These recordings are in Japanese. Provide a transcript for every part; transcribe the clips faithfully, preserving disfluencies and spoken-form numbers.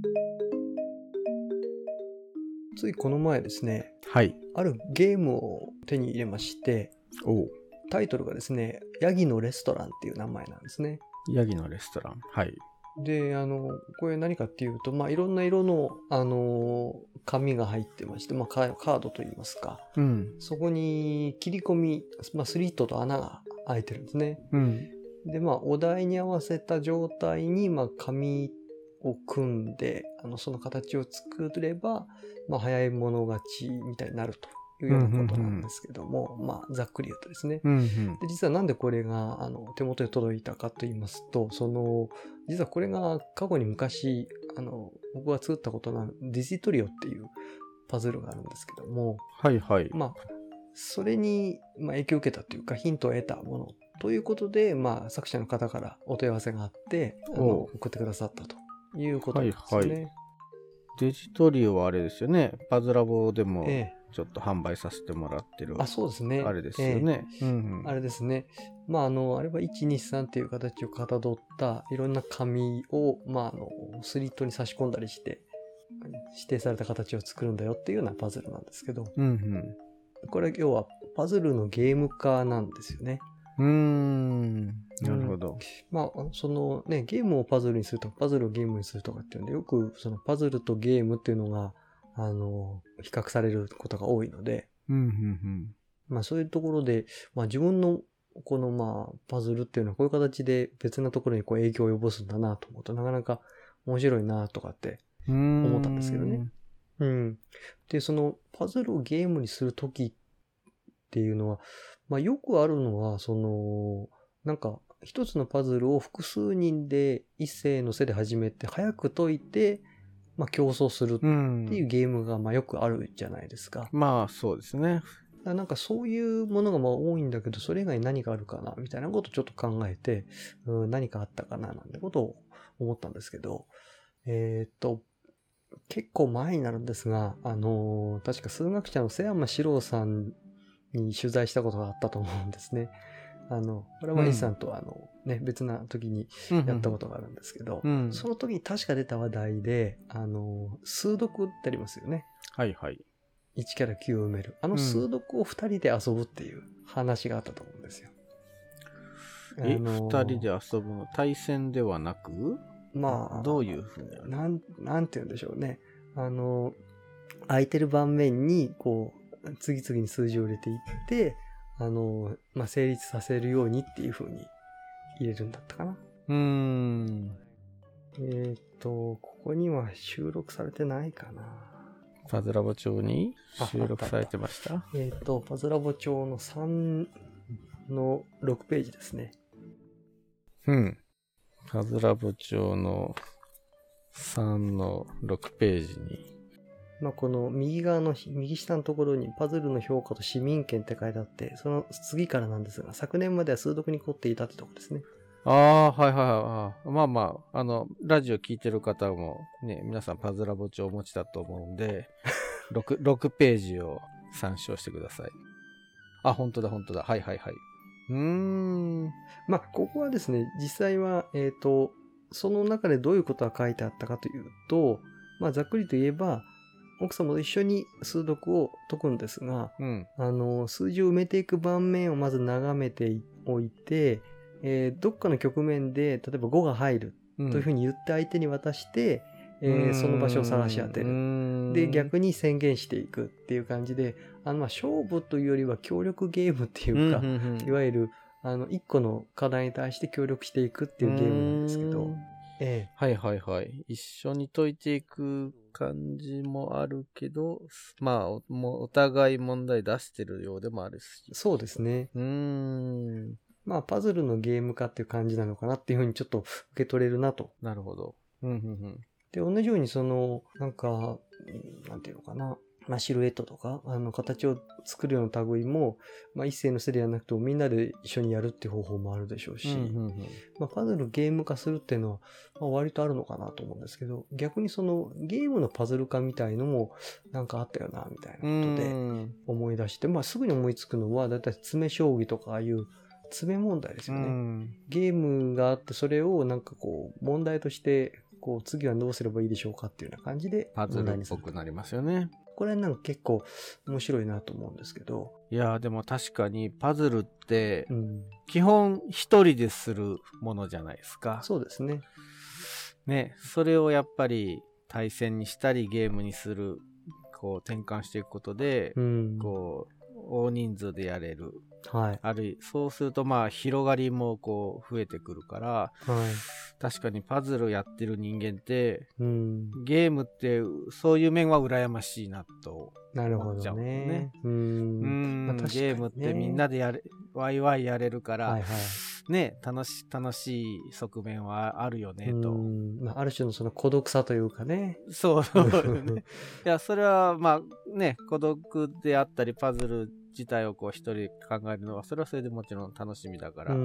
ついこの前ですね、 はい。 あるゲームを手に入れまして、 おう。 タイトルがですね、ヤギのレストランっていう名前なんですね。 ヤギのレストラン。はい。 で、あの、これ何かっていうと、まあ、いろんな色の、あの、紙が入ってまして、まあ、カードといいますか。 うん。 そこに切り込み、まあ、スリットと穴が開いてるんですね。 うん。 で、まあ、お題に合わせた状態に、まあ、紙を組んで、あの、その形を作れば、まあ、早い者勝ちみたいになるというようなことなんですけども、うんうんうん、まあ、ざっくり言うとですね。 うんうん、 で、実はなんでこれが、あの、手元に届いたかと言いますと、その、実はこれが過去に昔、あの、僕が作ったことのあるディジトリオっていうパズルがあるんですけども、 はいはい。 まあ、それに、まあ、影響を受けたというか、ヒントを得たものということで、まあ、作者の方からお問い合わせがあって、あの、送ってくださったということなんですよね。はいはい、 デジトリオはあれですよね。パズラボでもちょっと販売させてもらってる。 ええ、あ、そうですね。 あれですよね。 ええ、うんうん、あれですね。まあ、あの、あれはいち、に、さんっていう形をかたどったいろんな紙を、まあ、あの、スリットに差し込んだりして、指定された形を作るんだよっていうようなパズルなんですけど、 うんうん、 これ要はパズルのゲーム化なんですよね。 うーん、なるほど。 うん、まあ、そのね、ゲームをパズルにするとか、パズルをゲームにするとかっていうんで、よくそのパズルとゲームっていうのが、あの、比較されることが多いので、 うんうんうん、 まあそういうところで、まあ自分のこのまあパズルっていうのはこういう形で別なところにこう影響を及ぼすんだなと思うと、なかなか面白いなとかって思ったんですけどね。うん。で、そのパズルをゲームにするときっていうのは、まあよくあるのは、その、なんか一つのパズルを複数人で一斉のせで始めて早く解いて、まあ競争するっていうゲームがまあよくあるじゃないですか。 うん、まあそうですね。 なんかそういうものがまあ多いんだけど、それ以外に何があるかなみたいなことをちょっと考えて、うん、何かあったかななんてことを思ったんですけど、えー、っと、結構前になるんですが、あのー、確か数学者の瀬山史郎さんに取材したことがあったと思うんですね。あの、これはマリさんとあの、ね、別な時にやったことがあるんですけど、 うんうん、 その時に確か出た話題で、あの、数読ってありますよね。 はいはい。 いちからきゅうを埋める。あの数読をふたりで遊ぶっていう話があったと思うんですよ。 え、あのー、ふたりで遊ぶの対戦ではなく、まあ、どういうふうにやる？ なん、なんて言うんでしょうね。あの、空いてる盤面に、こう、次々に数字を入れていって、あの、まあ、成立させるようにっていうふうに入れるんだったかな。 うーん。 えっと、ここには収録されてないかな。 パズラボ帳に収録されてました？ えっと、パズラボ帳のさんのろくページですね。 うん。パズラボ帳のさんのろくページに。 まあ、この右側の、右下のところにパズルの評価と市民権って書いてあって、その次からなんですが、昨年までは数読に凝っていたってとこですね。 ああ、はいはいはい。まあまあ、あの、ラジオ聞いてる方もね、皆さんパズラボ帳お持ちだと思うんで、6, ろくページを参照してください。あ、本当だ本当だ。はいはいはい。うーん。 まあ、ここはですね、実際は、えっと、その中でどういうことが書いてあったかというと、まあ、ざっくりと言えば、奥様と一緒に数読を解くんですが、 うん、 あの、数字を埋めていく盤面をまず眺めておいて、えー、どっかの局面で、例えばごが入るというふうに言って相手に渡して、うん、えー、その場所を探し当てる。で、逆に宣言していくっていう感じで、あの、まあ、勝負というよりは協力ゲームっていうか、うんうんうん、いわゆる、あの、一個の課題に対して協力していくっていうゲームなんですけど、 ええ、はいはいはい。一緒に解いていく感じもあるけど、まあ お, もうお互い問題出してるようでもあるし。 そうですね。 うーん。 まあパズルのゲーム化っていう感じなのかなっていうふうにちょっと受け取れるなと。 なるほど。うんうんうん。 で、同じようにその、なんか、なんていうのかな。まあ、シルエットとか、あの、形を作るような類も、まあ、一斉のせではなくてもみんなで一緒にやるっていう方法もあるでしょうし、うんうんうん、まあ、パズルゲーム化するっていうのは、まあ、割とあるのかなと思うんですけど、逆にそのゲームのパズル化みたいのもなんかあったよな、みたいなことで思い出して、まあ、すぐに思いつくのは、だいたい詰将棋とかああいう詰問題ですよね。ゲームがあって、それをなんかこう、問題としてこう、次はどうすればいいでしょうかっていうような感じで、 パズルっぽくなりますよね。 これなんか結構面白いなと思うんですけど。 いやーでも確かにパズルって、 うん、 基本一人でするものじゃないですか。 そうですね。 ね、それをやっぱり対戦にしたりゲームにする、こう転換していくことで、 うん、 こう、大人数でやれる。 はい。 あるいそうするとまあ広がりもこう増えてくるから、 はい、 確かにパズルやってる人間って、 うん、 ゲームってそういう面は羨ましいなと思っちゃうなるほどね。 ね。 うん、 うん、 まあ、 ゲームってみんなでやれ、ワイワイやれるから、 はいはい、 ね、楽し楽しい側面はあるよねと。 うん、まあ、ある種のその孤独さというかね。 そうそうね。いや、それはまあね、孤独であったりパズル自体をこう一人考えるのはそれはそれでもちろん楽しみだから、うん、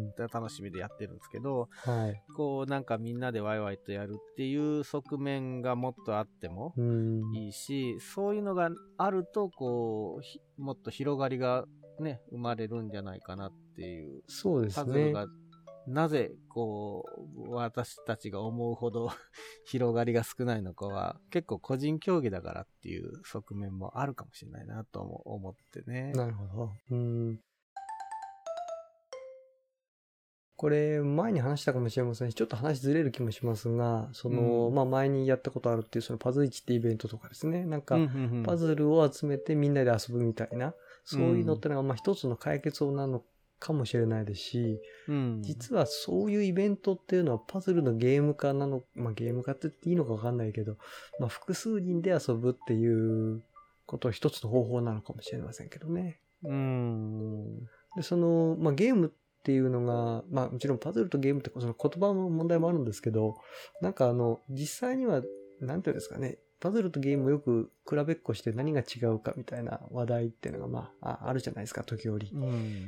楽しみでやってるんですけど、 はい、 こうなんかみんなでワイワイとやるっていう側面がもっとあってもいいし、うん、そういうのがあるとこうもっと広がりがね生まれるんじゃないかなっていう。 そうですね。 パズルがなぜこう私たちが思うほど広がりが少ないのかは結構個人競技だからっていう側面もあるかもしれないなと思ってね。 なるほど。うん。これ前に話したかもしれませんし、ちょっと話ずれる気もしますが、その、うん、まあ前にやったことあるっていうそのパズイチってイベントとかですね、なんかパズルを集めてみんなで遊ぶみたいな、そういうのってのがまあ一つの解決法なのかもしれないですし、うん、実はそういうイベントっていうのはパズルのゲーム化なの、まあゲーム化って言っていいのかわかんないけど、まあ複数人で遊ぶっていうこと一つの方法なのかもしれませんけどね。 うん、 で、その、まあゲームっていうのが、まあもちろんパズルとゲームってその言葉の問題もあるんですけど、なんかあの、実際には、なんていうんですかね、パズルとゲームをよく比べっこして何が違うかみたいな話題っていうのがまあ、あるじゃないですか、時折。 うん、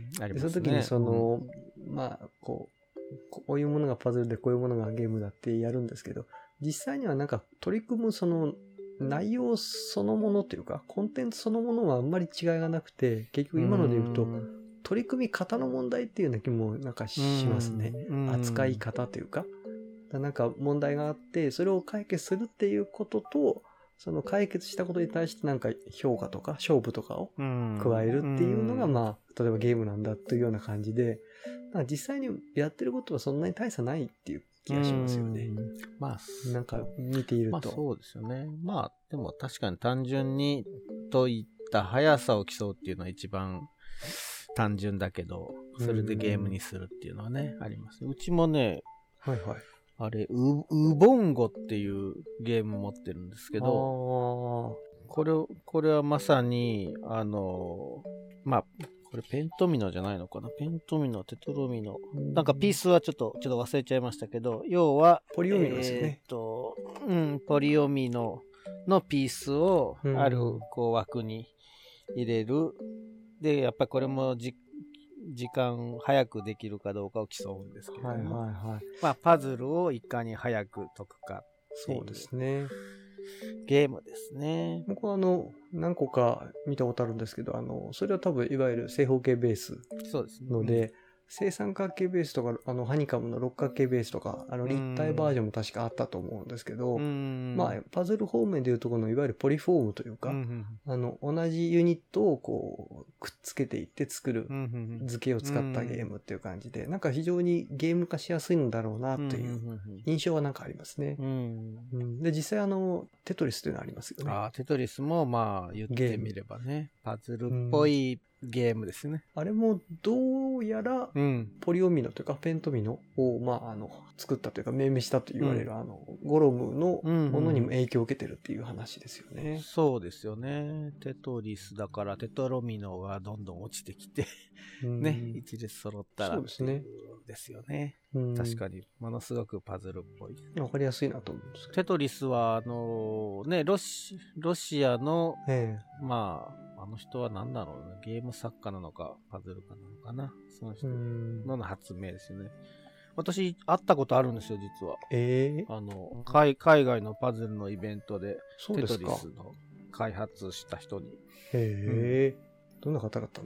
ありますね。 でその時にその、うん、まあ、こう、こういうものがパズルでこういうものがゲームだってやるんですけど、実際にはなんか取り組むその内容そのものというか、コンテンツそのものはあんまり違いがなくて、結局今ので言うと、取り組み方の問題っていうような気もなんかしますね。扱い方というか。なんか問題があって、それを解決するっていうことと、その解決したことに対してなんか評価とか勝負とかを加えるっていうのが、まあ、例えばゲームなんだというような感じで、実際にやってることはそんなに大差ないっていう気がしますよね。 まあ、 なんか見ていると。 まあそうですよね。まあ、でも確かに単純にといった速さを競うっていうのは一番単純だけど、それでゲームにするっていうのはね、あります。うちもね、 はいはい。 あれ、ウ、ウボンゴっていうゲーム持ってるんですけど、これ、これはまさに、あの、まあ、これペントミノじゃないのかな、ペントミノ、テトロミノ。なんかピースはちょっと、ちょっと忘れちゃいましたけど、要は、 ポリオミノですよね。 えー、っと、うん、ポリオミノのピースをある、こう、枠に入れる。で、やっぱりこれもじ、時間早くできるかどうかを競うんですけど、ね、はいはいはい。まあパズルをいかに早く解くかっていう。 そうですね。 ゲームですね。 僕はあの何個か見たことあるんですけど、あのそれは多分いわゆる正方形ベースそうですね。 ので、正三角形ベースとかあのハニカムの六角形ベースとかあの立体バージョンも確かあったと思うんですけど、まあパズル方面でいうとこのいわゆるポリフォームというか、あの同じユニットをこうくっつけていって作る図形を使ったゲームっていう感じで、なんか非常にゲーム化しやすいんだろうなっていう印象はなんかありますね。で実際あのテトリスというのありますよね。 ああ、テトリスもまあ言ってみればね、パズルっぽいゲームですね。 あれもどうやらポリオミノというかペントミノを、まあ、あの作ったというか命名したと言われる、うん、あのゴロムのものにも影響を受けてるっていう話ですよね。うんうん、 そうですよね。テトリスだからテトロミノがどんどん落ちてきてね、一列揃ったらそうですね。 ですよね。確かにものすごくパズルっぽい。 わかりやすいなと思うんですけど。 テトリスはあのねロシロシアの、ええ、まああの人は何だろうね、ゲーム作家なのかパズル家なのかな、その人の発明ですよね。私会ったことあるんですよ実は。 えー、 あの 海, 海外のパズルのイベントでテトリスの開発した人に。 へえ、うん、どんな方だったんですか？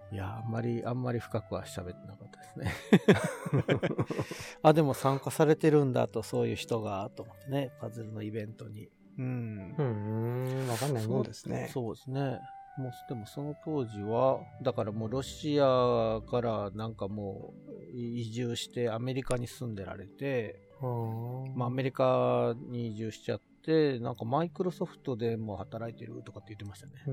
いや、あんまり、あんまり深くは喋ってなかったですね。あ、でも参加されてるんだと、そういう人が、と思ってね、パズルのイベントに。うん。 うーん、わかんないもんですね。 そそうですね。もう、でもその当時は、だからもうロシアからなんかもう移住してアメリカに住んでられて、まあアメリカに移住しちゃって、なんかマイクロソフトでも働いてるとかって言ってましたね。 うん。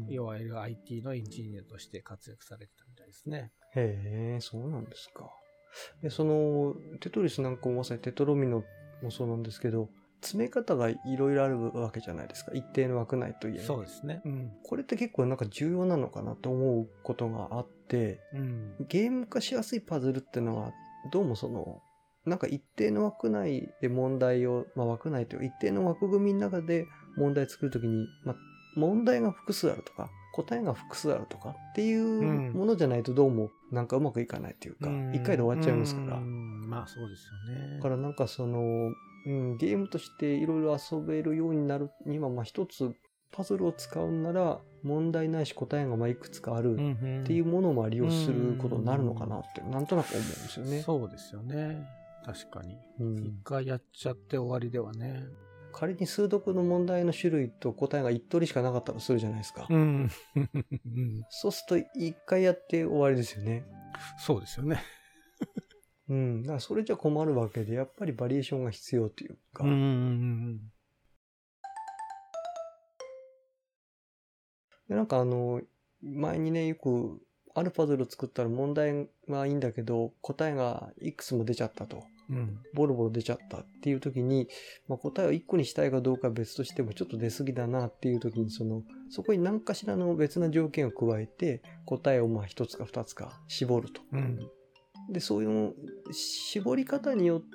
いわゆる アイティー のエンジニアとして活躍されてたみたいですね。 へえ、そうなんですか。で、その、テトリスなんかもまさにテトロミノもそうなんですけど、詰め方がいろいろあるわけじゃないですか。一定の枠内といえ。 そうですね。うん。 これって結構なんか重要なのかなと思うことがあって、 うん、 ゲーム化しやすいパズルっていうのは、どうもその、なんか一定の枠内で問題を、まあ枠内というか一定の枠組みの中で問題作るときに、まあ問題が複数あるとか、答えが複数あるとかっていうものじゃないとどうもなんかうまくいかないっていうか、一、うん、回で終わっちゃいますから。 うん、まあそうですよね。 だからなんかその、うん、ゲームとしていろいろ遊べるようになるには、まあ一つパズルを使うなら問題ないし答えがまあいくつかあるっていうものをまあ利用することになるのかなってなんとなく思うんですよね。 そうですよね。確かに。一、うん、回やっちゃって終わりではね。 仮に数読の問題の種類と答えが一通りしかなかったとするじゃないですか。 うん、 そうすると一回やって終わりですよね。 そうですよね。 うん。だからそれじゃ困るわけで、やっぱりバリエーションが必要というか。 うんうんうんでなんかあの、前にね、よく、あるパズルを作ったら問題はいいんだけど、答えがいくつも出ちゃったと。うん、ボロボロ出ちゃったっていう時に、まあ、答えをいっこにしたいかどうかは別としてもちょっと出過ぎだなっていう時に、その、そこに何かしらの別な条件を加えて、答えをまあひとつかふたつか絞ると。うん、で、そういう絞り方によって、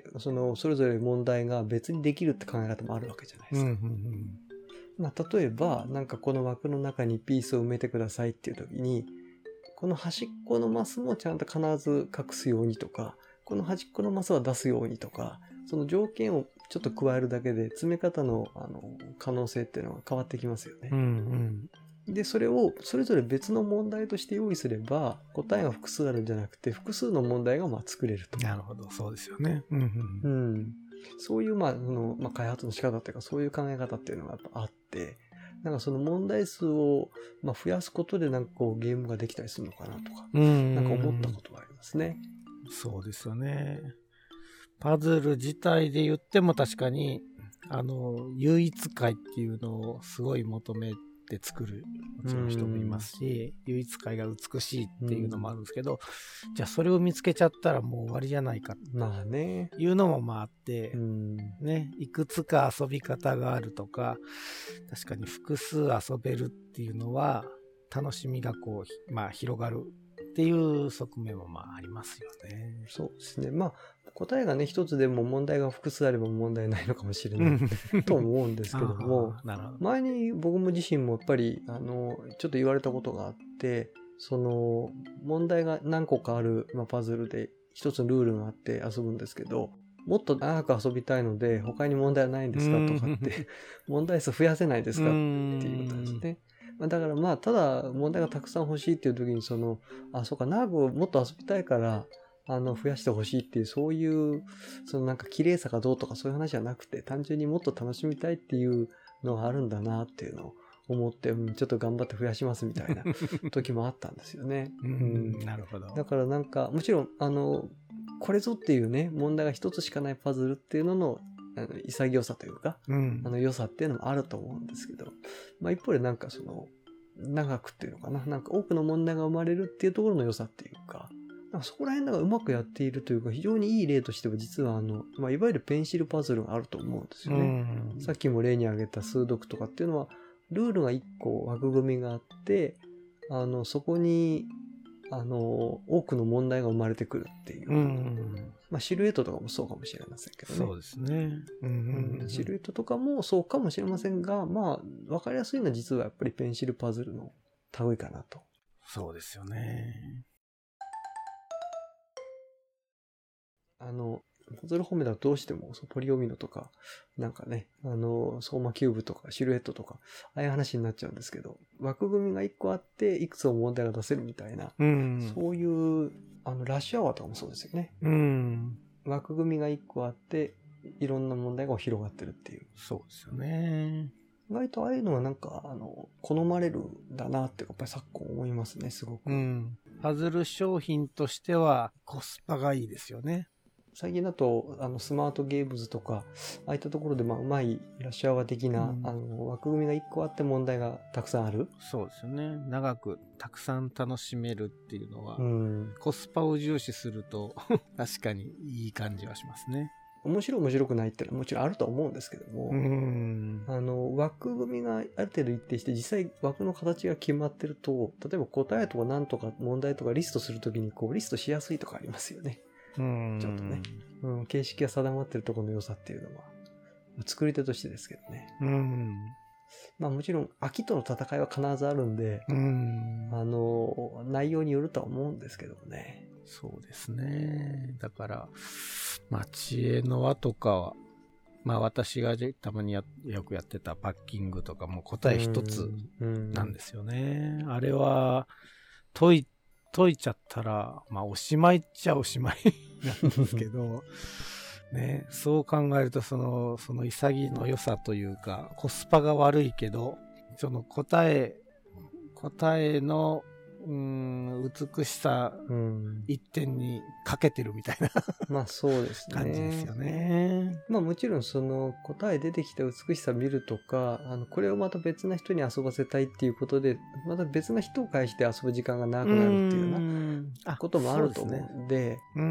その、それぞれ問題が別にできるって考え方もあるわけじゃないですか。うんうんうんまあ、例えば、なんかこの枠の中にピースを埋めてくださいっていう時に、この端っこのマスもちゃんと必ず隠すようにとか、この端っこのマスは出すようにとか、その条件をちょっと加えるだけで詰め方のあの可能性っていうのが変わってきますよね。うんうん、で、それをそれぞれ別の問題として用意すれば、答えが複数あるんじゃなくて、複数の問題がまあ作れると。 なるほど、そうですよね。うんうんうんそういう、まあ、その、まあ、開発の仕方っていうか、そういう考え方っていうのがやっぱあって、なんかその問題数を、まあ、増やすことでなんかこうゲームができたりするのかなとか、うんなんか思ったことがありますね。 そうですよね。パズル自体で言っても確かに、あの、唯一解っていうのをすごい求めて作るもちろん人もいますし、唯一解が美しいっていうのもあるんですけど、じゃあそれを見つけちゃったらもう終わりじゃないかまあねいうのもまああって、ね、いくつか遊び方があるとか、確かに複数遊べるっていうのは楽しみがこう、まあ広がるっていう側面もまあありますよね。 そうですね。まあ答えがね一つでも問題が複数あれば問題ないのかもしれないと思うんですけども前に僕も自身もやっぱりあのちょっと言われたことがあってその問題が何個かある、まあ、パズルで一つのルールがあって遊ぶんですけどもっと長く遊びたいので他に問題はないんですかとかって問題数増やせないですかっていうことですね。だからまあただ問題がたくさん欲しいっていう時にそのあそうか長くもっと遊びたいからあの増やしてほしいっていうそういうそのなんか綺麗さがどうとかそういう話じゃなくて単純にもっと楽しみたいっていうのがあるんだなっていうのを思って、うん、ちょっと頑張って増やしますみたいな時もあったんですよね。 うん、なるほど。 だからなんかもちろんあのこれぞっていうね問題が一つしかないパズルっていうののあの潔さというか、うん、あの良さっていうのもあると思うんですけど、まあ、一方でなんかその長くっていうのかななんか多くの問題が生まれるっていうところの良さっていうかなんかそこら辺がうまくやっているというか非常にいい例としては実はあの、まあ、いわゆるペンシルパズルがあると思うんですよね、うん、さっきも例に挙げた数読とかっていうのはルールがいっこ枠組みがあってあのそこにあの多くの問題が生まれてくるっていう、うんまあ、シルエットとかもそうかもしれませんけどねそうですね、 うんうん、シルエットとかもそうかもしれませんがまあ分かりやすいのは実はやっぱりペンシルパズルの類かなとそうですよねあのパズル方面だとどうしても、ポリオミノとか、なんかね、あの、相馬キューブとかシルエットとか、ああいう話になっちゃうんですけど、枠組みがいっこあって、いくつも問題が出せるみたいな、 うん。 そういう、あの、ラッシュアワーとかもそうですよね。 うん。 枠組みがいっこあって、いろんな問題が広がってるっていう。 そうですよね。 意外とああいうのはなんか、あの、好まれるんだなってやっぱり昨今思いますね、すごく。 うん。パズル商品としてはコスパがいいですよね。 最近だと、あの、スマートゲームズとか、ああいったところで、まあ、うまいラッシュアワー的な、 うん、 あの、枠組みがいっこあって問題がたくさんある。 そうですよね。長くたくさん楽しめるっていうのは、 うん。 コスパを重視すると、確かにいい感じはしますね。 面白い面白くないってのはもちろんあるとは思うんですけども、 うん。 あの、枠組みがある程度一定して、実際枠の形が決まってると、例えば答えとか何とか問題とかリストするときに、こう、リストしやすいとかありますよね。 うん。 ちょっとね。うん、形式が定まってるところの良さっていうのは、作り手としてですけどね。 うん。 まあもちろん、秋との戦いは必ずあるんで、 うん。 あの、内容によるとは思うんですけどもね。 そうですね。だから、まあ、知恵の輪とかは、まあ私がたまにやよくやってたパッキングとかも答え一つなんですよね。あれは、解い、解いちゃったら、まあおしまいっちゃおしまいなんですけど、ね、そう考えるとその、その潔の良さというか、コスパが悪いけど、その答え、答えの、うーん、美しさ一点にかけてるみたいなまあそうですね。 感じですよね。 まあもちろんその答え出てきた美しさ見るとか、あのこれをまた別な人に遊ばせたいっていうことで、また別な人を介して遊ぶ時間が長くなるっていうようなこともあると思うんで、うん、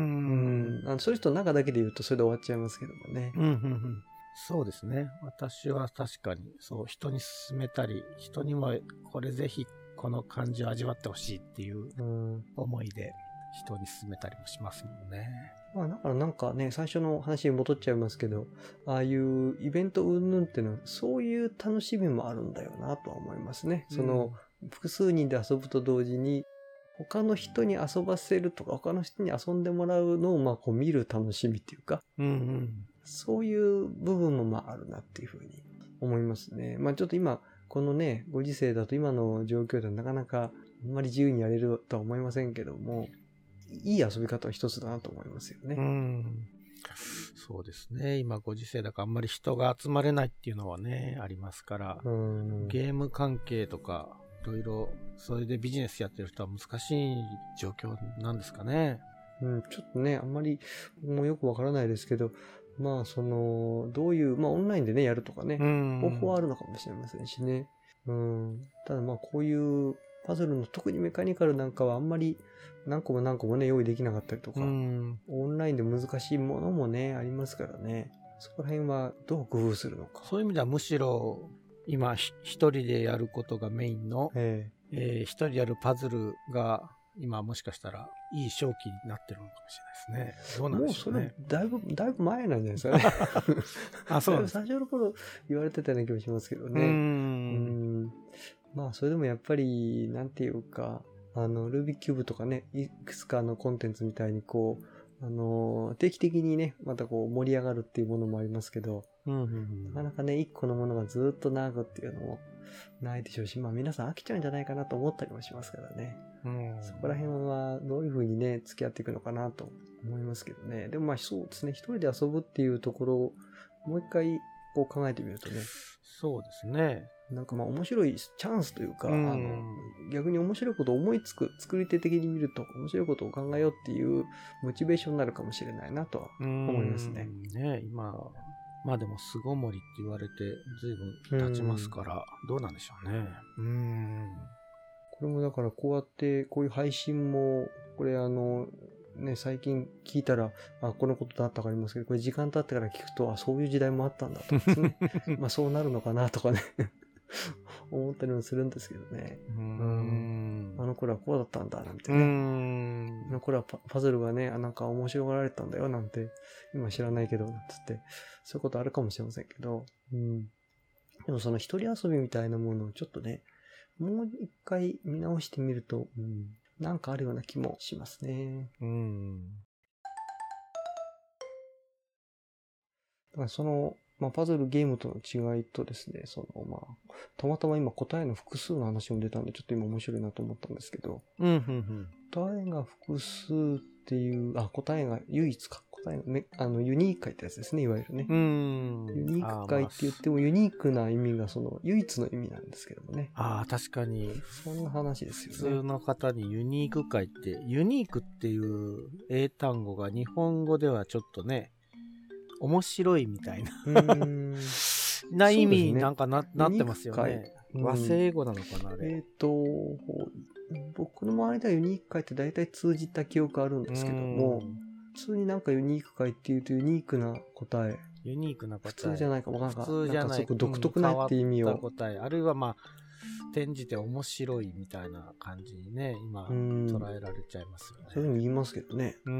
あのそういう人の中だけで言うとそれで終わっちゃいますけどもね。 うんうんうん、そうですね。私は確かにそう人に勧めたり、人にもこれぜひこの感じを味わってほしいっていう思いで人に勧めたりもしますもんね。 まあだからなんかね、最初の話に戻っちゃいますけど、ああいうイベント云々っていうのはそういう楽しみもあるんだよなとは思いますね。うん、その複数人で遊ぶと同時に他の人に遊ばせるとか他の人に遊んでもらうのをまあこう見る楽しみっていうか、うんうん、そういう部分もまああるなっていうふうに思いますね。まあちょっと今このね、ご時世だと今の状況ではなかなかあんまり自由にやれるとは思いませんけども、いい遊び方は一つだなと思いますよね。 うん。そうですね。今ご時世だからあんまり人が集まれないっていうのはね、ありますから、うん、ゲーム関係とか、いろいろ、それでビジネスやってる人は難しい状況なんですかね。 うん、ちょっとね、あんまりもうよくわからないですけど、まあその、どういう、まあオンラインでね、やるとかね、うん、方法はあるのかもしれませんしね。うん、ただまあこういうパズルの特にメカニカルなんかはあんまり何個も何個もね、用意できなかったりとか、うん、オンラインで難しいものもね、ありますからね。そこら辺はどう工夫するのか。 そういう意味ではむしろ、今一人でやることがメインの、えーえー、一人でやるパズルが、今もしかしたらいい勝機になってるのかもしれないですね。どうなんでしょうね。 もうそれだいぶ、だいぶ前なんじゃないですかね。あ、そうです。最初の頃言われてたような気もしますけどね。うんうんまあそれでもやっぱり、なんていうか、あの、ルービックキューブとかね、いくつかのコンテンツみたいにこう、あの、定期的にね、またこう盛り上がるっていうものもありますけど、うんうんうん、なかなかね、一個のものがずっと長くっていうのもないでしょうし、まあ皆さん飽きちゃうんじゃないかなと思ったりもしますからね。うん、そこら辺はどういうふうにね、付き合っていくのかなと思いますけどね。でもまあそうですね、一人で遊ぶっていうところをもう一回こう考えてみるとね。 そうですね。 なんかまあ面白いチャンスというか、うん、あの逆に面白いことを思いつく、作り手的に見ると面白いことを考えようっていうモチベーションになるかもしれないなとは思いますね。 ね今、まあでも巣ごもりって言われて随分経ちますから、どうなんでしょうね。うんこれもだからこうやってこういう配信も、これあの、ね、最近聞いたら、あ、このことだったかありますけど、これ時間経ってから聞くと、あ、そういう時代もあったんだとかですね。まあそうなるのかなとかね。思ったりもするんですけどね。うん、あの頃はこうだったんだなんてね。うんあの頃は パ, パズルがね、なんか面白がられたんだよなんて、今知らないけど、つって、そういうことあるかもしれませんけど、うん、でもその一人遊びみたいなものをちょっとね、もう一回見直してみると、うん、なんかあるような気もしますね。うんからその、まあ、パズルゲームとの違いとですね、その、まあ、たまたま今答えの複数の話も出たんで、ちょっと今面白いなと思ったんですけど、 うん、うん、うん。 答えが複数っていう、あ、答えが唯一か。答えがね、あの、ユニーク解ってやつですね、いわゆるね。 うん。 ユニーク解って言っても、ユニークな意味がその、唯一の意味なんですけどもね。 ああ、確かに。 そんな話ですよね。 普通の方にユニーク解って、ユニークっていう英単語が日本語ではちょっとね、面白いみたいな。 うーんな意味なんか な,、ね、なってますよね。 うん、 和製英語なのかな、あれ。 えっ、ー、と、僕の周りではユニーク解って大体通じた記憶あるんですけども、普通になんかユニーク解っていうとユニークな答え。 ユニークな答え。 普通じゃないかも。なんか、 普通じゃない。 なんか独特なって意味を。 答え。あるいはまあ、転じて面白いみたいな感じにね、今、捉えられちゃいますよね。 そういうの言いますけどね。 うん。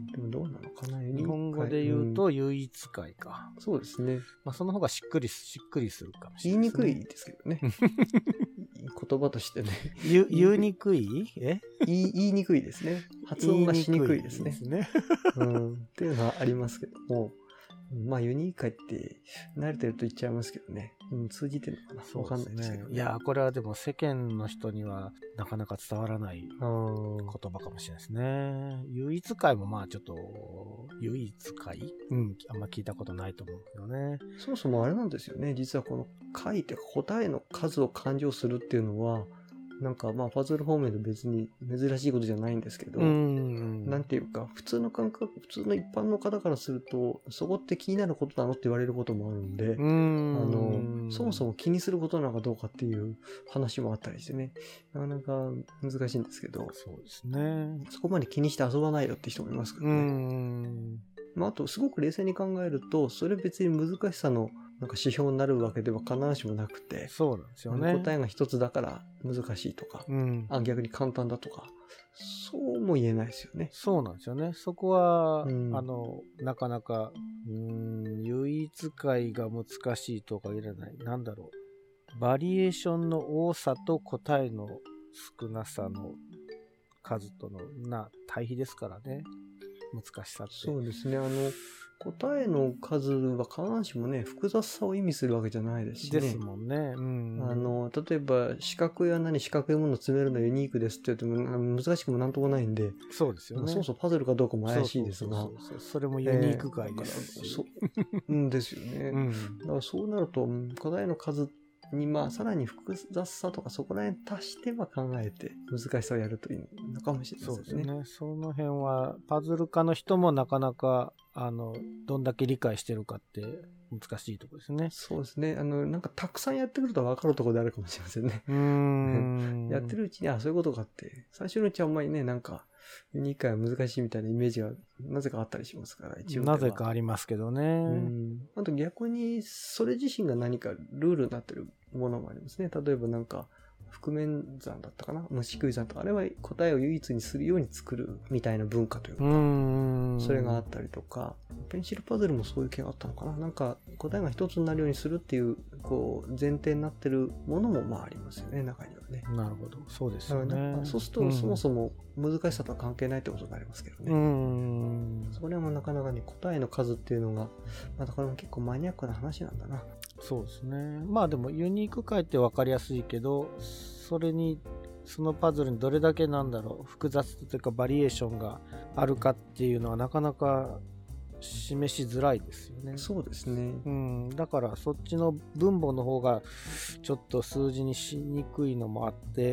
でもどうなのかな、 日本語で言うと唯一解か。 うん、そうですね。 まあ、その方がしっくり、しっくりするかもしれない、 ね。 言いにくいですけどね。言葉としてね。 言, 言いにくいえ言い言いにくいですね。発音がしにくいですね。 ですねうん。っていうのはありますけども。まあユニーク解って慣れてると言っちゃいますけどね。うん、通じてるのかな、わかんないですけど、ね。 いや、これはでも世間の人にはなかなか伝わらない言葉かもしれないですね。唯一解もまあちょっと、唯一解うん、あんま聞いたことないと思うけどね。 そもそもあれなんですよね。実はこの解って答えの数を勘定するっていうのは、なんかまあパズル方面で別に珍しいことじゃないんですけど、うんなんていうか普通の感覚、普通の一般の方からするとそこって気になることなのって言われることもあるんで、うんあのそもそも気にすることなのかどうかっていう話もあったりしてね、なかなか難しいんですけど、 そうですね。 そこまで気にして遊ばないよって人もいますからね。うんまあ、あとすごく冷静に考えると、それ別に難しさのなんか指標になるわけでは必ずしもなくて、 そうなんですよね。 答えが一つだから難しいとか、うん、あ逆に簡単だとか、そうも言えないですよね。 そうなんですよね。そこは、うん、あのなかなかうーん唯一解が難しいとは限らない。なんだろう。バリエーションの多さと答えの少なさの数とのな対比ですからね。難しさって。 そうですね。あの答えの数は必ずしもね複雑さを意味するわけじゃないですしね。 ですもんね。うん、 あの例えば四角い穴に四角いものを詰めるのはユニークですって言っても難しくもなんともないんで、 そうですよね。 そうそうパズルかどうかも怪しいですが、 それもユニーク解ですし、 えー、そうですよね。うん、だからそうなると答えの数にまあさらに複雑さとかそこら辺足しては考えて難しさをやるといいのかもしれないですね。そうですね。 その辺はパズル家の人もなかなかあのどんだけ理解してるかって難しいところですね。 そうですね。あのなんかたくさんやってくると分かるところであるかもしれませんね。うーんやってるうちにあそういうことかって最初のうちはあんまりねなんかユニークは難しいみたいなイメージがなぜかあったりしますから、一応なぜかありますけどね。 うんあと逆にそれ自身が何かルールになってるものもありますね。例えばなんか覆面山だったかな、虫食い山とか、あれは答えを唯一にするように作るみたいな文化というか、うんそれがあったりとか、ペンシルパズルもそういう系があったのかな。なんか答えが一つになるようにするっていうこう前提になってるものもまあありますよね、中にはね。 なるほど、そうですよね。 そうするとそもそも難しさとは関係ないってことになりますけどね。うんそれもなかなかね答えの数っていうのがまたこれも結構マニアックな話なんだな。 そうですね。まあでもユニーク解って分かりやすいけど、それにそのパズルにどれだけなんだろう複雑というかバリエーションがあるかっていうのはなかなか示しづらいですよね。 そうですね。 うん、だからそっちの分母の方がちょっと数字にしにくいのもあって、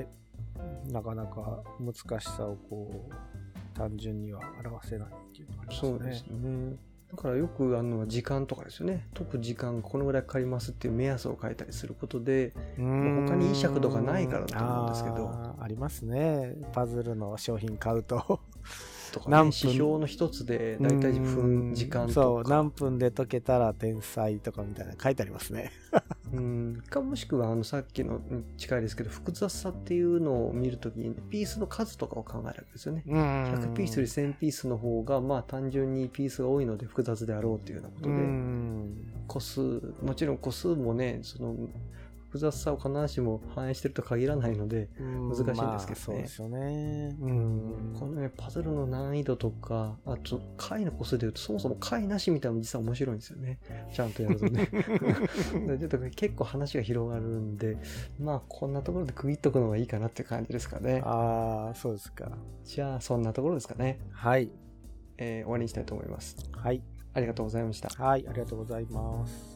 なかなか難しさをこう単純には表せないっていうのがありますね。 そうですね。だからよくあの時間とかですよね。解く時間このぐらいかかりますっていう目安を書いたりすることで、他にいい尺度がないからだと思うんですけど。 あ, ありますね。パズルの商品買うと。 とかね、指標の一つでだいたい分時間とか、 そう何分で解けたら天才とかみたいな書いてありますね。 うんかもしくはあのさっきの近いですけど複雑さっていうのを見るときにピースの数とかを考えるわけですよね。ひゃくピースよりせんピースの方がまあ単純にピースが多いので複雑であろうというようなことで、個数もちろん個数もねその複雑さを必ずしも反映してると限らないので難しいんですけどね。まあ、 そうですよね。 うん。このね、パズルの難易度とか、あと解の個数で言うとそもそも解なしみたいなのも実は面白いんですよね。ちゃんとやるとね。ちょっと結構話が広がるんで、まあこんなところで区切っとくのがいいかなって感じですかね。 ああ、そうですか。 じゃあそんなところですかね。 はい。 えー、終わりにしたいと思います。 はい。 ありがとうございました。 はい、ありがとうございます。